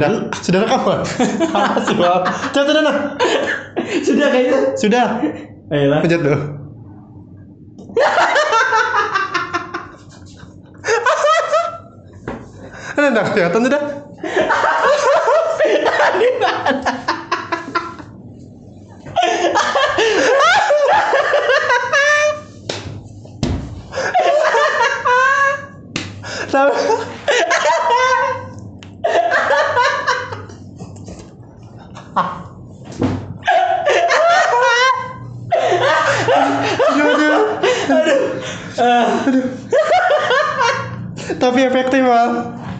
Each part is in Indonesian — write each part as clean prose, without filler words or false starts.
Sudah rekam Wal? Apa sih Wal? Coba sudah nah. Sudah kayaknya. Sudah. Ayolah. Pencet dulu. Enggak kelihatan sudah. Aduh. Tapi efektif Wal.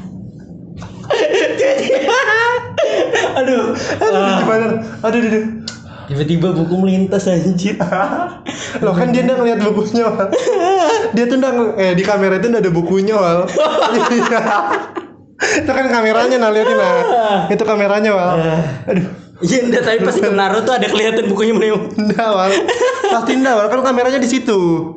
Aduh. Gimana? Aduh. Tiba-tiba buku melintas anjir. Loh kan dia nggak ngeliat bukunya Wal. Dia tuh di kamera itu nggak ada bukunya Wal. Iya. Itu kan kameranya liatin Itu kameranya Wal. Aduh. Iya enggak, tapi pas itu naruh tuh ada kelihatan bukunya mana. Enggak Wal. Pasti enggak Wal, kan kameranya di situ.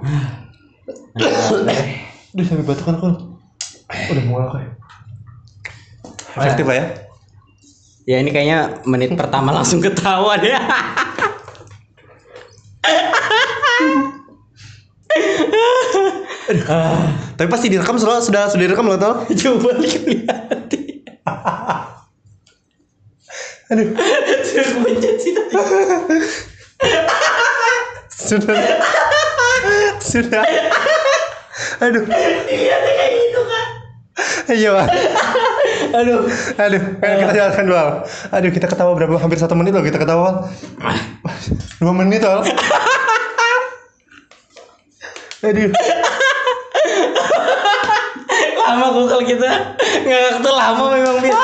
Aduh sampai batuk kan aku. Udah mual kok. Efektif lah ya. Ya ini kayaknya menit pertama langsung ketawa deh. Tapi pasti direkam sudah direkam loh tau. Coba lihat. Aduh. Sudah kepencet sih tadi. Sudah. Aduh. Dilihatnya kayak gitu kan. Iya Wal. Aduh. Kita jalankan Wal. Aduh kita ketawa berapa? Hampir 1 menit loh kita ketawa Wal. 2 menit Wal. Aduh. Lama kok kalau kita ngakak tuh lama memang bisa.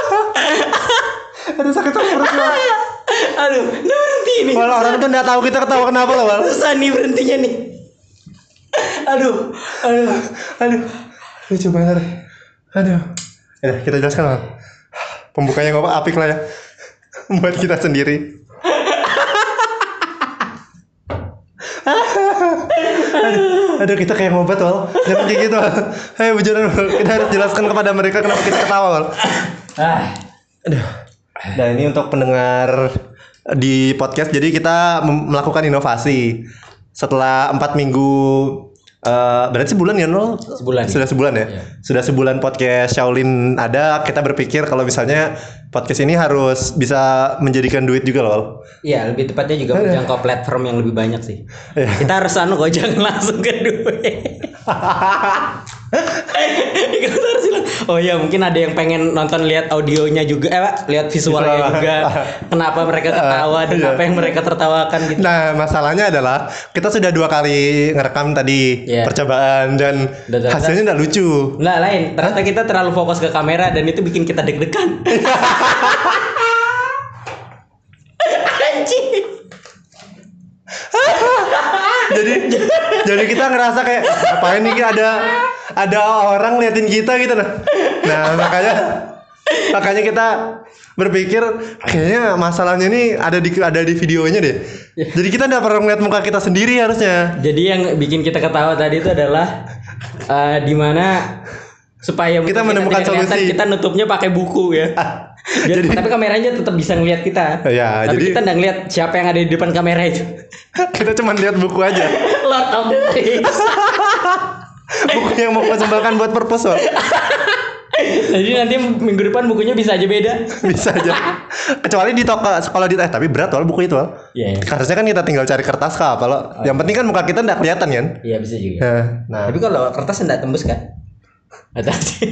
Aduh sakit perut Wal. Aduh, udah berhenti nih. Wal orang tuh nggak tahu kita ketawa kenapa loh Wal. Susah nih berhentinya nih. Aduh. Lucu banget. Aduh. Ya kita jelaskan Wal. Pembukanya nggak apik lah ya. Buat kita sendiri. Aduh kita kayak ngobat Wal. Jangan kayak gitu Wal. Ayo bujuran Wal. Kita harus jelaskan kepada mereka kenapa kita ketawa Wal. Aduh. Nah ini untuk pendengar di podcast. Jadi kita melakukan inovasi. Setelah 4 minggu berarti sebulan ya Nol? Sebulan. Sudah sebulan ya? Iya. Sudah sebulan podcast Shaolin ada. Kita berpikir kalau misalnya podcast ini harus bisa menjadikan duit juga loh. Iya, lebih tepatnya juga menjangkau platform yang lebih banyak sih. Iya. Kita harus kok jangan langsung ke duit. Kita harus bilang, oh ya mungkin ada yang pengen nonton lihat audionya juga, lihat visualnya juga. Kenapa mereka ketawa dan apa yang mereka tertawakan gitu. Nah masalahnya adalah kita sudah 2 kali ngerekam tadi percobaan dan hasilnya nggak lucu. Nggak lain, ternyata kita terlalu fokus ke kamera dan itu bikin kita deg-degan. Anjing. jadi kita ngerasa kayak apain nih ada orang liatin kita gitu nah makanya kita berpikir kayaknya masalahnya ini ada di videonya deh. Jadi kita nggak pernah ngeliat muka kita sendiri harusnya. Jadi yang bikin kita ketawa tadi itu adalah di mana supaya kita menemukan solusi. Kita nutupnya pakai buku ya. Jadi, tapi kameranya tetap bisa ngeliat kita. Ya, tapi jadi kita nggak ngeliat siapa yang ada di depan kamera itu. Kita cuma lihat buku aja. Lord of the Rings. Buku yang mau persembahkan buat purpose. Jadi nanti minggu depan bukunya bisa aja beda. Bisa aja. Kecuali di toko sekolah tapi berat Wal buku itu Wal. Iya. Harusnya kan kita tinggal cari kertas kah apa lo. Yang penting kan muka kita nggak kelihatan kan. Iya bisa juga. Nah. Tapi kalau kertas nggak tembus kan? Hati-hati.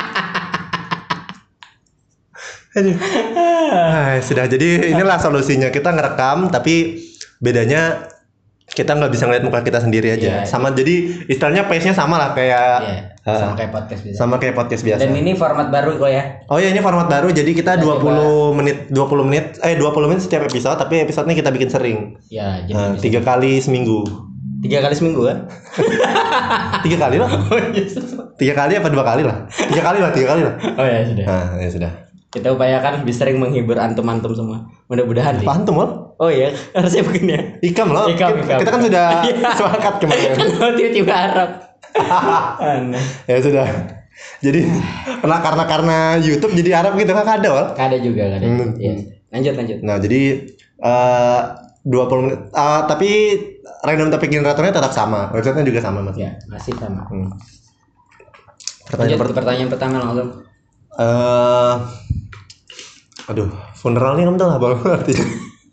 Aduh. Sudah jadi inilah solusinya, kita ngerekam tapi bedanya kita nggak bisa ngeliat muka kita sendiri aja. Sama jadi istilahnya pace-nya sama lah kayak sama kayak podcast biasa. Sama kayak podcast biasa. Dan ini format baru kok ya. Oh ya ini format baru jadi kita 20 menit setiap episode tapi episodenya kita bikin sering. Ya, jadi 3 kali seminggu. 3 kali seminggu kan? 3 kali lah. 3 kali apa 2 kali lah? 3 kali lah. Oh ya sudah. Ya sudah. Kita upayakan bisa sering menghibur antum-antum semua. Mudah-mudahan apa antum Wal? Oh iya, harusnya begini ya. Ikam loh. Ikam. Kita kan sudah sepakat kemarin. Tiba-tiba Arab. Ya sudah. Jadi karena YouTube jadi Arab gitu kan ada Wal. Ada juga kan. Iya. Lanjut. Nah, jadi 20 menit tapi random topik generatornya tetap sama. Website-nya juga sama Mas. Ya, masih sama. Pertanyaan pertama langsung. Aduh, funeral nih kamu tahu apa artinya?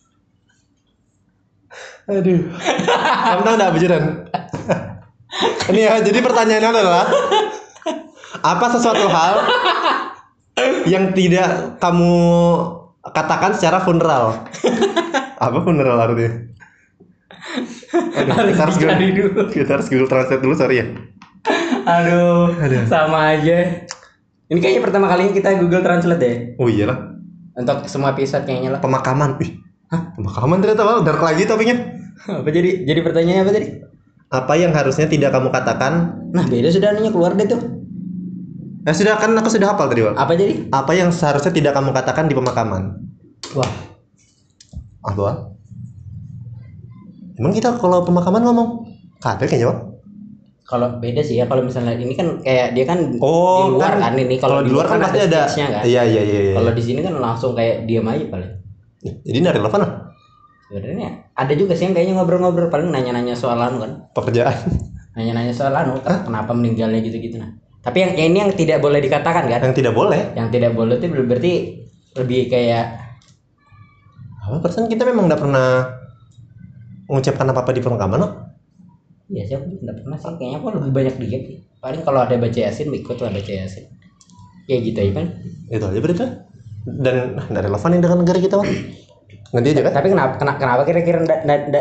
Aduh. Kamu tahu enggak beneran? Ini ya, jadi pertanyaannya adalah apa sesuatu hal yang tidak kamu katakan secara funeral? Apa funeral artinya? Kita harus Google Translate dulu, sorry ya. Aduh. Sama aja. Ini kayaknya pertama kalinya kita Google Translate deh. Oh iyalah. Untuk semua episode kayaknya lah. Pemakaman. Hah? Pemakaman ternyata Wal, dark lagi topiknya. Apa jadi pertanyaannya apa tadi? Apa yang harusnya tidak kamu katakan? Nah, beda sudah nanya keluar deh tuh. Sudah kan aku sudah hafal tadi Wal. Apa jadi? Apa yang seharusnya tidak kamu katakan di pemakaman? Wah. Apa Wal? Emang kita kalau pemakaman ngomong kata kayaknya Wal? Kalau beda sih ya, kalau misalnya ini kan kayak dia kan di Oh, luar kan ini kalau di luar kan pasti ada speech-nya kan. Iya. Kalau di sini kan langsung kayak diam aja paling. Jadi nggak relevan lah. Sebenarnya ada juga sih yang kayaknya ngobrol-ngobrol paling nanya-nanya soal anu kan. Pekerjaan. Nanya-nanya soal anu kenapa meninggalnya gitu-gitu nah. Tapi yang ini yang tidak boleh dikatakan kan? Yang tidak boleh. Yang tidak boleh itu berarti lebih kayak apa persen kita memang nggak pernah mengucapkan apa-apa di pemakaman loh. Iya sih aku juga nggak pernah sih, kayaknya aku lebih banyak diam sih. Paling kalau ada baca yasin ikut lah baca yasin. Ya gitu ya kan. Itu aja berarti. Dan nggak relevan yang dengan negara kita Wal. Nanti aja kan. Tapi kenapa kira-kira nggak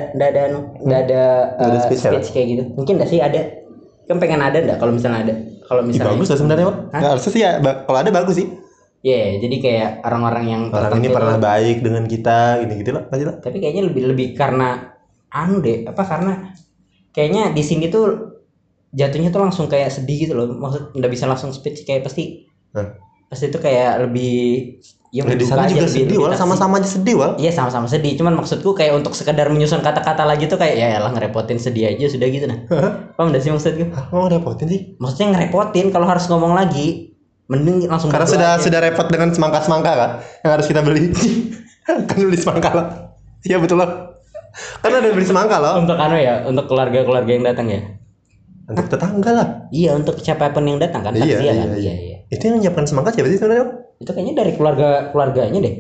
ada speech kayak gitu? Mungkin nggak sih ada. Kan pengen ada nggak kalau misalnya ada? Kalau misalnya bagus lah sebenarnya Wal. Nggak harusnya sih ya. Kalau ada bagus sih. Iya, jadi kayak orang-orang yang orang ini pernah baik dengan kita, gini-gitu lah, pasti lah. Tapi kayaknya lebih karena anu deh, karena kayaknya di sini tuh jatuhnya tuh langsung kayak sedih gitu loh. Maksud nggak bisa langsung speech kayak pasti itu kayak lebih ya di sana juga sedih Wal, sama-sama aja sedih Wal. Iya, sama-sama sedih. Cuman maksudku kayak untuk sekedar menyusun kata-kata lagi tuh kayak ya elah ngerepotin sedih aja sudah gitu nah. Paham enggak sih maksudku? Oh, ngerepotin sih. Maksudnya ngerepotin kalau harus ngomong lagi mending langsung karena sudah repot dengan semangka kan yang harus kita beli. Kan beli semangka loh. Iya betul loh. Kan ada beli semangka loh. Untuk untuk keluarga-keluarga yang datang ya. Untuk tetangga lah. Iya, untuk siapapun yang datang kan. Iya. Itu yang menyiapkan semangka siapa sih sebenarnya? Itu kayaknya dari keluarganya deh.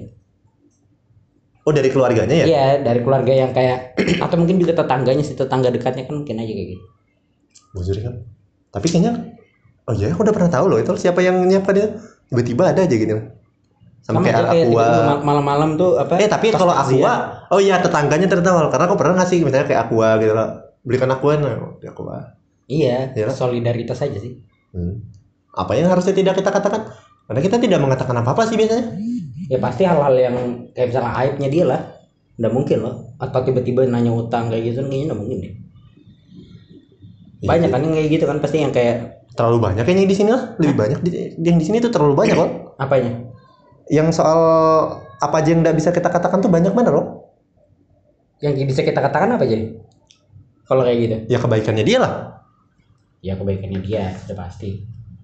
Oh, dari keluarganya ya? Iya, dari keluarga yang kayak atau mungkin juga tetangganya sih, tetangga dekatnya kan mungkin aja kayak gitu. Bujur kan. Tapi kayaknya oh iya, aku udah pernah tahu loh itu siapa yang nyiapkan dia. Tiba-tiba ada aja gitu. Sama kayak Aqua. Malam-malam tuh apa? Tapi kalau Aqua, oh iya tetangganya tertawa karena aku pernah ngasih misalnya kayak Aqua gitu loh. Belikan Aqua di Aqua. Iya, solidaritas aja sih. Apa yang harusnya tidak kita katakan? Karena kita tidak mengatakan apa-apa sih biasanya. Ya pasti hal-hal yang kayak misalnya aibnya dia lah. Nggak mungkin loh. Atau tiba-tiba nanya utang kayak gitu kayaknya nggak mungkin deh. Banyak kan yang kayak gitu kan pasti yang kayak terlalu banyak kayaknya di sini lah. Lebih banyak yang di sini tuh terlalu banyak loh. Apanya? Yang soal apa aja yang nggak bisa kita katakan tuh banyak banget loh. Yang bisa kita katakan apa jadi? Kalau kayak gitu? Ya kebaikannya dia lah. Ya kebaikannya dia sudah pasti.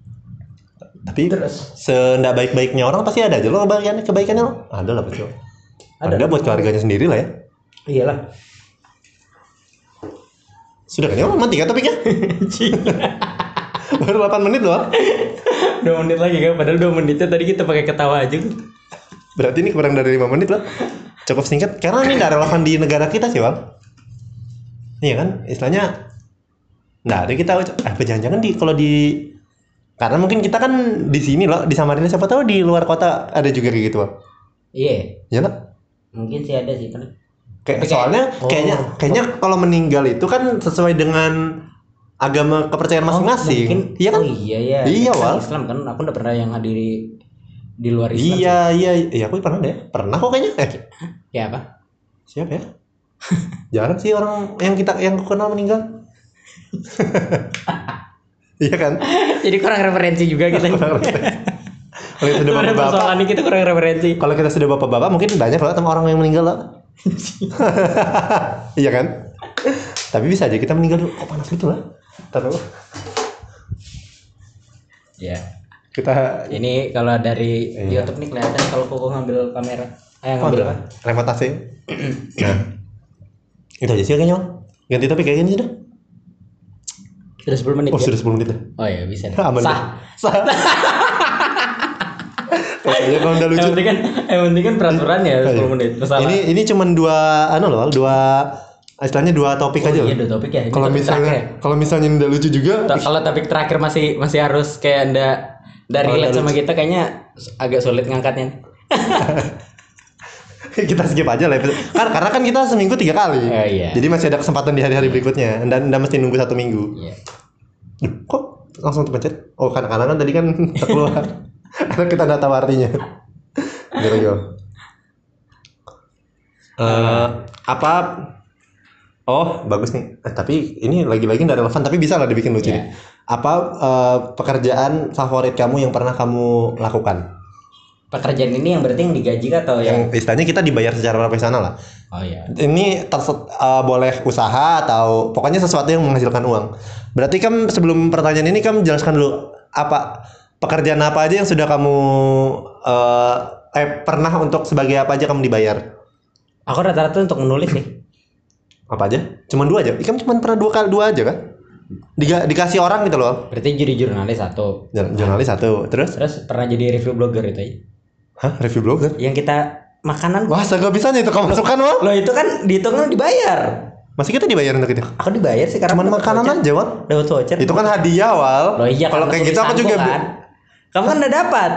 Tapi terus sendak baik-baiknya orang pasti ada aja loh kebaikannya loh. Ada lah pasti. Ada buat keluarganya sendiri lah ya. Iyalah. Sudah kan ya mati kan topiknya? Baru 8 menit loh. 2 menit lagi kan, padahal 2 menitnya tadi kita pakai ketawa aja. Berarti ini kurang dari 5 menit loh. Cukup singkat karena ini nggak relevan di negara kita sih Bang. Iya kan, istilahnya nggak ada kita jangan-jangan kalau di karena mungkin kita kan di sini loh di Samarinda, siapa tahu di luar kota ada juga kayak gitu Bang. Iya. Iya lah. Mungkin sih ada sih kan. Soalnya kayaknya kalau meninggal itu kan sesuai dengan agama kepercayaan masing-masing. Iya kan? Oh iya. Iya Wal. Islam kan, aku udah pernah yang hadiri di luar Islam. Iya, aku pernah deh. Pernah kok kayaknya. Ya apa? Siapa ya? Jarang sih orang yang aku kenal meninggal. Iya kan? Jadi kurang referensi juga kita. Kalau kita sudah bapak-bapak, ini kita kurang referensi. Kalau kita sudah bapak-bapak mungkin banyak lah sama orang yang meninggal lah. Iya kan? Tapi bisa aja kita meninggal dulu. Kok panas gitu lah? Taruh. Ya. Kita Ini kalau dari YouTube nih kelihatan kalau Koko ngambil kamera. Ngambil apa? Remote AC. Nah. Itu aja sih kayaknya, Bang. Ganti topik kayak gini sudah. Sudah 10 menit. Oh, sudah 10 menit ya. Oh iya, bisa. Aman. Sah. Kayaknya kalau udah lucu. Yang penting kan peraturan ya 10 menit. Masalah. Ini cuman istilahnya dua topik aja. Iya, 2 topik ya. Kalau misalnya udah lucu juga. Kalau topik terakhir masih harus kayak Anda relate sama kita, kayaknya agak sulit ngangkatnya. Kita skip aja lah. Karena kan kita seminggu 3 kali. Iya. Jadi masih ada kesempatan di hari-hari berikutnya. Anda mesti nunggu 1 minggu. Iya. Kok langsung terpencet? Oh, karena kan tadi kan keluar. Karena kita nggak tahu artinya. Gitu. Apa? Oh, bagus nih. Tapi ini lagi-lagi nggak relevan. Tapi bisa lah dibikin lucu nih. Apa pekerjaan favorit kamu yang pernah kamu lakukan? Pekerjaan ini yang berarti yang digaji atau yang istilahnya kita dibayar secara profesional lah. Oh iya. Ini boleh usaha atau pokoknya sesuatu yang menghasilkan uang. Berarti kan sebelum pertanyaan ini kamu jelaskan dulu apa pekerjaan apa aja yang sudah kamu pernah untuk sebagai apa aja kamu dibayar? Aku rata-rata untuk menulis sih. Apa aja? Cuman 2 aja. Kamu cuma pernah 2 aja kan? Dikasih orang gitu loh. Berarti jadi jurnalis 1. Jurnalis 1. Terus pernah jadi review blogger itu aja. Hah? Review blogger? Yang kita makanan. Wah, gak bisanya itu kamu masukkan Wal. Loh itu kan dihitungnya dibayar. Masih kita dibayar untuk itu? Aku dibayar sih karena cuman makanan aja Wal. Dapat voucher. Itu kan hadiah Wal. Loh iya. Kalau kayak gitu aku juga kan. Kamu kan udah dapat.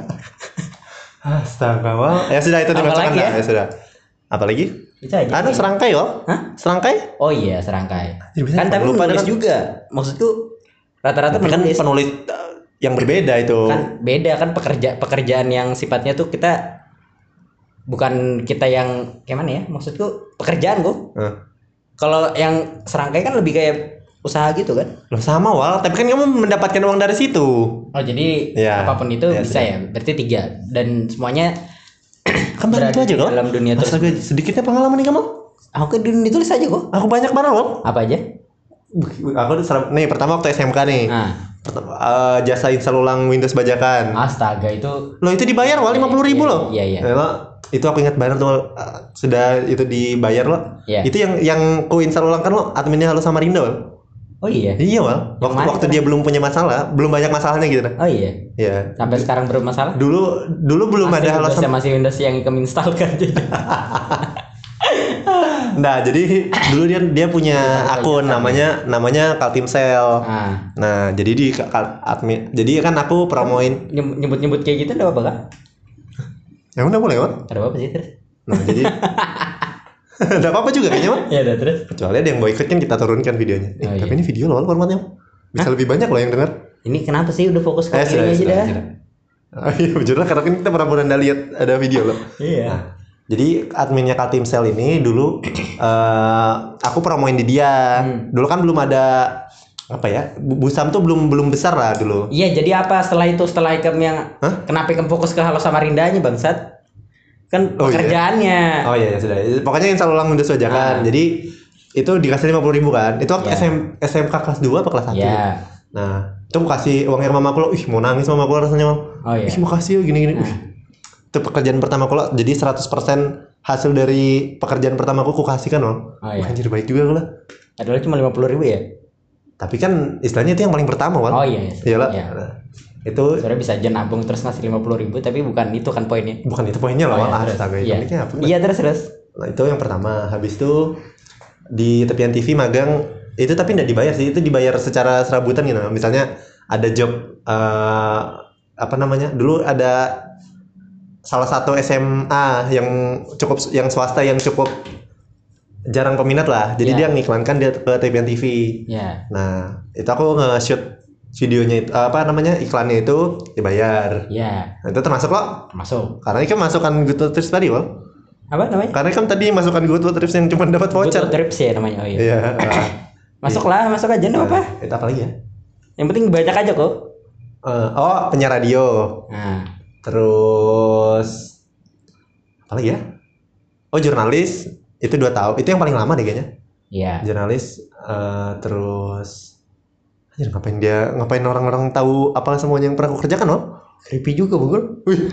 Astaga Wal. Ya sudah itu dimasukkan ya? Ya sudah. Apalagi? Bisa aja. Serangkai Wal. Hah? Serangkai? Oh iya serangkai. Ya, kan tapi penulis juga. Maksudku rata-rata penulis. Kan penulis yang berbeda itu. Kan beda kan pekerjaan yang sifatnya tuh kita bukan kita yang kayak mana ya? Maksudku pekerjaan kok. Kalau yang serangkai kan lebih kayak usaha gitu kan? Loh sama Wal, tapi kan kamu mendapatkan uang dari situ. Oh jadi apapun itu bisa ya? Berarti 3 dan semuanya kan baru itu aja kok. Dalam dunia tuh. Sedikitnya pengalaman nih kamu? Aku ditulis aja kok. Aku banyak banget Wal. Apa aja? Aku nih pertama waktu SMK nih. Jasa install ulang Windows bajakan. Astaga itu. Loh itu dibayar Wal 50.000 loh. Iya. Itu aku ingat banget tuh sudah itu dibayar loh. Itu yang ku install ulang kan lo adminnya Halo Samarinda Wal. Oh iya. Iya Wal. Waktu dia belum punya masalah, belum banyak masalahnya gitu. Oh iya. Iya. Sampai sekarang belum masalah. Dulu belum ada Halo Samarinda. Masih Windows yang kamu install kan. Nah jadi dulu dia punya akun namanya Kaltimsel. Nah jadi di admin, jadi kan aku promoin nyebut kayak gitu enggak apa-apa kan? Ya udah boleh kan? Ada apa sih terus? Nah jadi enggak apa-apa juga kayaknya mah. Ya udah terus. Kecuali ada yang boikot kan kita turunkan videonya. Tapi ini video loh formatnya. Bisa lebih banyak loh yang dengar. Ini kenapa sih udah fokus ke ini aja dah? Iya bener lah karena kan kita pernah lihat ada video loh. Iya. Nah, jadi adminnya Kaltimsel ini dulu aku promoin di dia. Dulu kan belum ada apa ya? Busam tuh belum besar lah dulu. Iya, jadi apa setelah ikem yang kenapa ikem fokus ke Halo Samarindanya bangsat? Kan pekerjaannya. Oh iya sudah. Pokoknya install ulang Windows bajakan. Jadi itu dikasih 50.000 kan. Itu waktu SMK kelas 2 apa kelas 1? Iya. Nah, itu aku kasih uangnya mamaku loh. Ih, mau nangis mamaku rasanya, Mam. Oh iya. Ih, makasih ya gini-gini. Itu pekerjaan pertama aku loh. Jadi 100% hasil dari pekerjaan pertamaku aku kasihkan loh. Oh, iya. Anjir baik juga lah. Padahal cuma 50.000 ya. Tapi kan istilahnya itu yang paling pertama, Wal. Oh iya. Iyalah. Iya. Nah, itu sebenarnya bisa aja nabung terus ngasih 50.000 tapi bukan itu kan poinnya. Bukan itu poinnya lah, Wal. Astaga, iya. Apa? Iya, terus. Nah, itu yang pertama. Habis itu di tepian TV magang itu tapi enggak dibayar sih. Itu dibayar secara serabutan gitu. Misalnya ada job apa namanya? Dulu ada salah satu SMA yang swasta yang cukup jarang peminat lah. Jadi dia ngiklankan dia ke tepian TV. Nah, itu aku nge-shoot videonya itu iklannya itu dibayar. Nah, itu termasuk loh. Masuk. Karena itu masukan Good Trips tadi, Wal. Apa namanya? Karena kan tadi masukan Good Trips yang cuma dapat voucher. Good Trips ya namanya. Oh iya. Iya. masuk aja enggak apa-apa. Itu apa lagi ya? Yang penting banyak aja kok. Penyiar radio. Terus apa lagi ya? Jurnalis itu 2 tahun. Itu yang paling lama deh kayaknya. Iya. Jurnalis terus Ya, ngapain orang-orang tahu apa semuanya yang pernah aku kerjakan loh? Creepy juga Bogor. Wih.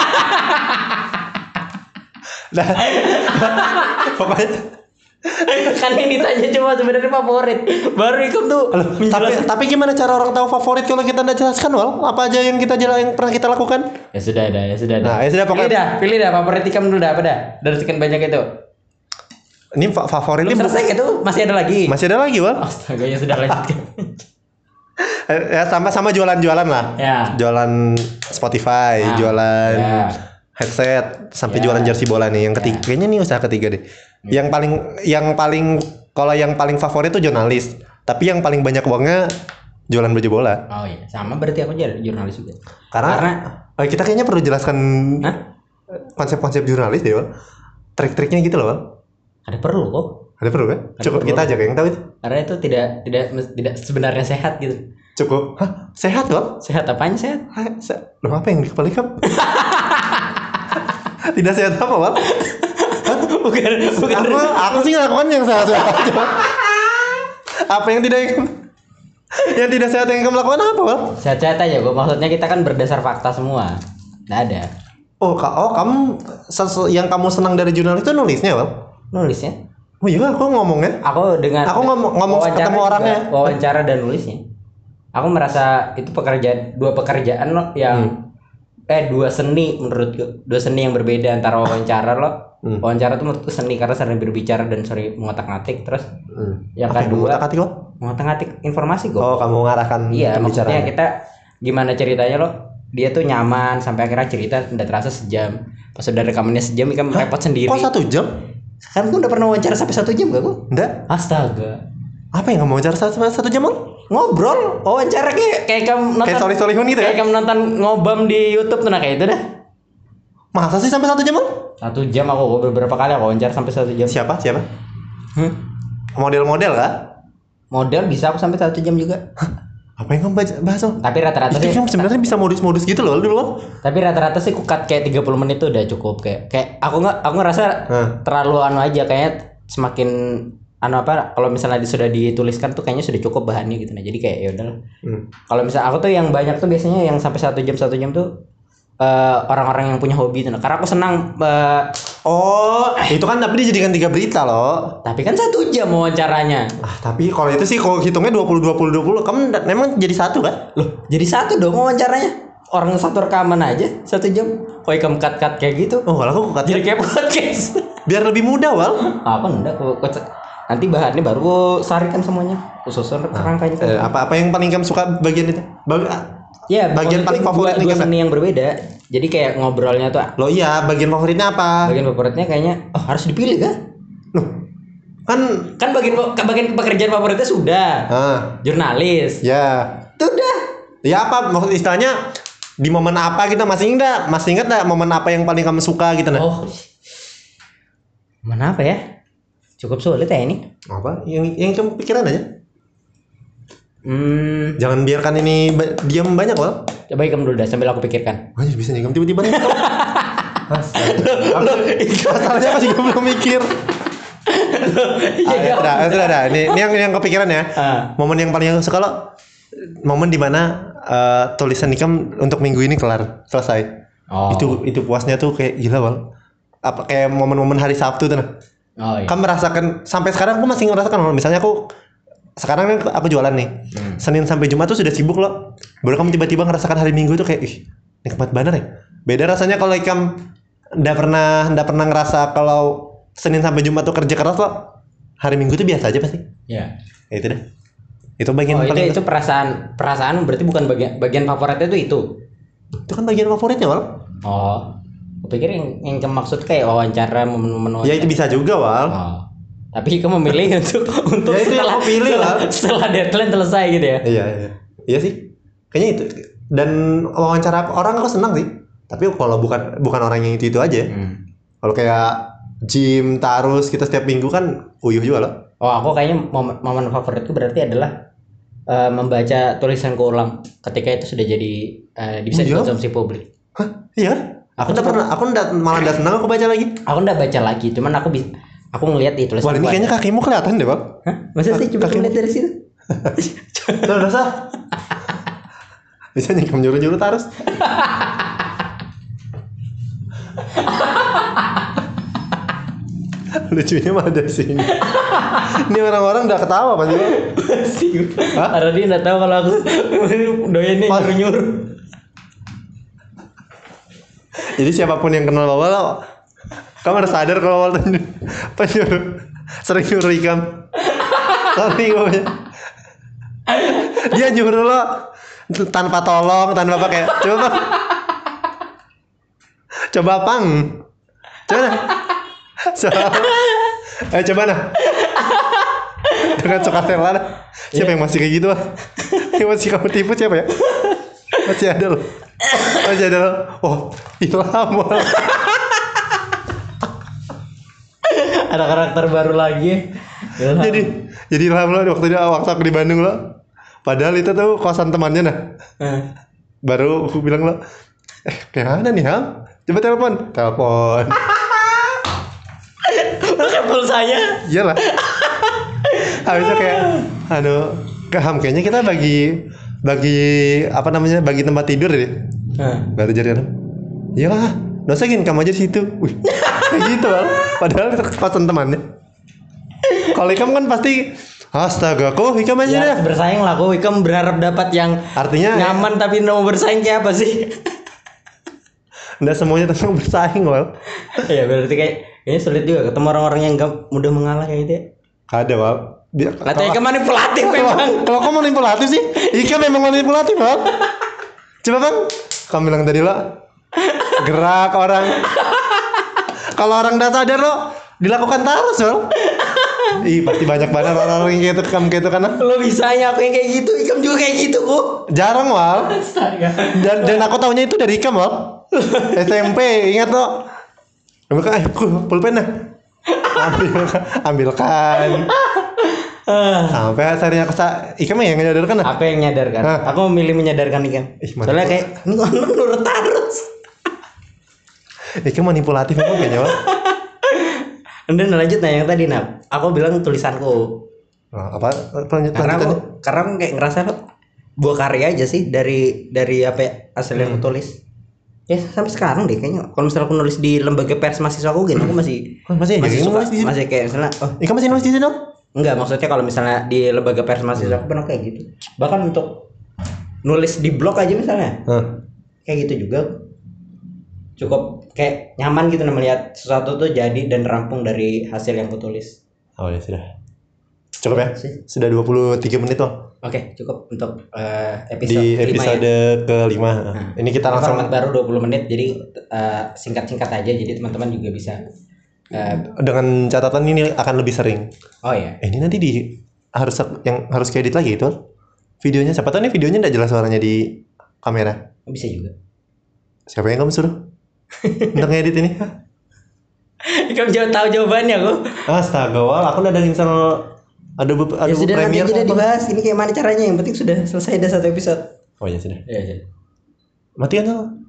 Nah, pokoknya Kan yang ditanya cuma sebenarnya favorit. Baru Ikam tuh tapi gimana cara orang tahu favorit kalau kita nggak jelaskan Wal? Apa aja yang yang pernah kita lakukan? Ya sudah dah. Nah, ya sudah pokoknya. Pilih dah favorit Ikam dulu dah apa dah? Dari sekian banyak itu. Ini favorit Belum selesai gitu? Masih ada lagi? Masih ada lagi, Wal. Astaga, ya sudah lanjutkan. Ya sama jualan-jualan lah. Ya. Jualan Spotify, jualan headset, sampai jualan jersey bola nih. Yang ketiga, kayaknya nih usaha ketiga deh. Yang paling kalau yang paling favorit tuh jurnalis. Tapi yang paling banyak uangnya jualan baju bola. Oh iya, sama berarti aku jadi jurnalis juga. Karena kita kayaknya perlu jelaskan konsep-konsep jurnalis deh, Wal. Trik-triknya gitu loh, Wal. Ada perlu kok. Ada perlu kan? Cukup perlu. Kita aja yang tahu itu. Karena itu tidak sebenarnya sehat gitu. Cukup. Hah? Sehat, Wal? Sehat apanya sehat? Loh, apa yang di kepala kamu? Tidak sehat apa, Wal? Bukan. Aku sih ngelakukan yang sehat-sehat aja. Apa yang tidak sehat yang kamu lakukan apa, Wal? Sehat-sehat aja, gua. Maksudnya kita kan berdasar fakta semua. Nggak ada. Oh, kamu yang kamu senang dari jurnalis itu nulisnya, Wal? Nulisnya? Oh iya, aku ngomongnya. Aku ngomong ketemu orangnya. Wawancara dan nulisnya. Aku merasa itu dua pekerjaan loh yang dua seni menurutku. Dua seni yang berbeda antara wawancara loh. Wawancara tuh menurutku seni karena sering berbicara dan sering mengotak-ngatik. Terus yang kedua mengotak-ngatik informasi kok. Oh, kamu ngarahkan. Iya, maksudnya kita gimana ceritanya loh. Dia tuh nyaman sampai akhirnya cerita udah terasa sejam. Pas udah rekamannya sejam, kan repot sendiri. Kok 1 jam? Kan gue udah pernah wawancara sampai 1 jam gak gue? Enggak. Astaga. Apa yang kamu wawancara 1 jam, Bang? Ngobrol, wawancara kayak kamu nonton. Kayak solihun gitu ya? Kayak kamu nonton ngobam di YouTube tuh, nah kayak itu dah. Masa sih sampai 1 jam, Bang? 1 jam aku beberapa kali aku wawancara sampai 1 jam. Siapa? Model-model kah? Model bisa aku sampai 1 jam juga. Apa yang kamu bahas? Tapi rata-rata sih sebenarnya bisa modus-modus gitu loh dulu. Tapi rata-rata sih kukat kayak 30 menit tuh udah cukup. Kayak aku ngerasa terlalu aja, kayak semakin kalau misalnya sudah dituliskan tuh kayaknya sudah cukup bahannya gitu. Nah jadi kayak ya udahlah. Kalau misalnya aku tuh yang banyak tuh biasanya yang sampai 1 jam tuh orang-orang yang punya hobi tuh. Nah, karena aku senang. Itu kan tapi dijadikan 3 berita loh. Tapi kan 1 jam wawancaranya. Tapi kalau itu sih kalau hitungnya 20 kamu memang jadi 1 kan? Loh, jadi 1 dong wawancaranya. Orang satu rekaman aja 1 jam. Kok kamu cut kayak gitu? Oh, kalau aku cut jadi kayak podcast. Biar lebih mudah, Wal. Apa enggak? Nanti bahannya baru sarikan semuanya. Susun rangkanya. Apa yang paling kamu suka bagian itu? Ya, bagian paling favorit dua seni yang berbeda. Jadi kayak ngobrolnya tuh. Loh iya, bagian favoritnya apa? Bagian favoritnya kayaknya harus dipilih kan? Loh. Kan bagian pekerjaan favoritnya sudah. Jurnalis. Ya. Itu udah. Ya apa maksud istilahnya di momen apa kita masih ingat enggak momen apa yang paling kamu suka gitu nah? Oh. Momen apa ya? Cukup sulit ya ini. Apa? Yang kamu pikiran aja. Jangan biarkan ini diam banyak, Wal. Coba kamu dulu dah sambil aku pikirkan. Wah, bisa nih kamu tiba-tiba nih. Masalahnya masih gue belum mikir. Sudah. Ini yang kepikiran ya. Momen yang paling aku suka lo, momen dimana tulisan Ikam untuk minggu ini selesai. Itu puasnya tuh kayak gila, Wal. Apa kayak momen-momen hari Sabtu tuh nah. Iya. Kamu merasakan sampai sekarang aku masih ngerasakan, misalnya sekarang kan aku jualan nih. Senin sampai Jumat tuh sudah sibuk loh. Baru kamu tiba-tiba ngerasakan hari Minggu tuh kayak nikmat banget ya. Beda rasanya kalau Ikam enggak pernah ngerasa kalau Senin sampai Jumat tuh kerja keras loh. Hari Minggu tuh biasa aja pasti. Iya. Ya itu dah. Itu bagian paling itu perasaan berarti bukan bagian favoritnya itu. Itu kan bagian favoritnya, Wal. Oh. Aku pikir yang maksud kayak wawancara momen-momen. Ya itu bisa juga, Wal. Tapi kamu memilih untuk ya itu setelah pilih lah. Setelah deadline selesai gitu ya. Iya sih. Kayaknya itu. Dan wawancara orang aku senang sih. Tapi kalau bukan orang yang itu aja. Kalau kayak gym tarus kita setiap minggu kan uyuh juga loh. Oh, aku kayaknya momen favoritku berarti adalah membaca tulisanku ulang ketika itu sudah jadi bisa dikonsumsi publik. Hah? Iya? Aku malah enggak senang aku baca lagi. Aku enggak baca lagi, cuman aku ngelihat itu tulisan. Wah, ini kayaknya kakimu kelihatan deh, Bang. Hah? Masa sih coba lihat dari situ? Udah sah. Bisa nyingkem nyuruh terus. Lucunya mah ada sini. Ini orang-orang udah ketawa pasti. Karena dia nggak tahu kalau aku doyan nih nyuruh. Jadi siapapun yang kenal Wawal, kamu harus sadar kalau Wawal penyuruh sering nyuruh Ikam. Sorry gue. Dia nyuruh lo tanpa tolong, tanpa apa kayak coba pang. Coba nah. Coba nah. Dengan sukarela nah. Siapa yang masih kayak gitu? Yang masih kamu tipu siapa ya? Masih ada loh. Masih ada loh. Oh, Ilham. Ada karakter baru lagi. Ilham. Jadi Ilham lo waktu aku di Bandung lo. Padahal itu tuh kosan temannya nah. Baru aku bilang lo, kayak mana nih Ham? Coba telepon. Pakai pulsanya. Iyalah. Habisnya kayak, ke Ham kayaknya kita bagi apa namanya, bagi tempat tidur deh. Baru jadi Ham. Iyalah, dosain kamu aja di situ. Wih, kayak gitu Al. Padahal itu kosan temannya. Kalau Ikam kan pasti, astaga, kok Ikam aja ya, deh. Bersaing lah, kok Ikam berharap dapat yang artinya nyaman tapi mau bersaing kayak apa sih? Nggak semuanya tentang bersaing Wal. Ya berarti kayaknya sulit juga ketemu orang-orang yang gak mudah mengalah kayak gitu ya. Ada Wal. Katanya Ikam manipulatif memang. Kalau kamu manipulatif sih, Ikam memang manipulatif Wal. Coba Bang, kamu bilang tadi lo gerak orang. Kalau orang udah sadar lo dilakukan terus Wal. Ih, pasti banyak banget orang-orang yang kayak itu kan. Lo bisanya aku yang kayak gitu, Ikam juga kayak gitu kok. Jarang Wal. Dan aku tahunya itu dari Ikam Wal. SMP, ingat lo. Ambilkan, pulpen dah. Ambilkan. Sampai akhirnya Ikam yang menyadarkan. Aku yang menyadarkan. Aku memilih menyadarkan Ikam. Soalnya kayak ini orang nurut terus. Ikam manipulatif emang kayaknya Wal. Dan lanjut yang tadi aku bilang tulisanku. Apa karena aku kayak ngerasa buah karya aja sih dari apa ya, hasil yang aku tulis. Ya sampai sekarang deh kayaknya. Kalau misalnya aku nulis di lembaga pers mahasiswa aku gini, aku masih suka, masih kayak misalnya Ikam masih nulis di sini dong? Enggak, maksudnya kalau misalnya di lembaga pers mahasiswa aku pernah kayak gitu. Bahkan untuk nulis di blog aja misalnya. Kayak gitu juga. Cukup kayak nyaman gitu melihat sesuatu tuh jadi dan rampung dari hasil yang aku tulis. Oh ya sudah. Cukup ya? Sudah 23 menit loh. Oke, cukup untuk di episode ke-5. Ini kita langsung format baru 20 menit jadi singkat-singkat aja jadi teman-teman juga bisa dengan catatan ini akan lebih sering. Oh ya. Ini nanti harus edit lagi itu. Videonya siapa tahu nih videonya enggak jelas suaranya di kamera. Bisa juga. Siapa yang kamu suruh? Untuk ngedit ini? Kamu jangan tahu jawabannya kok. Astaga, Wal, aku udah install Adobe Premiere. Sudah dibahas. Ini kayak mana caranya? Yang penting sudah selesai ada satu episode. Oh ya sudah. Iya. Matikan tuh.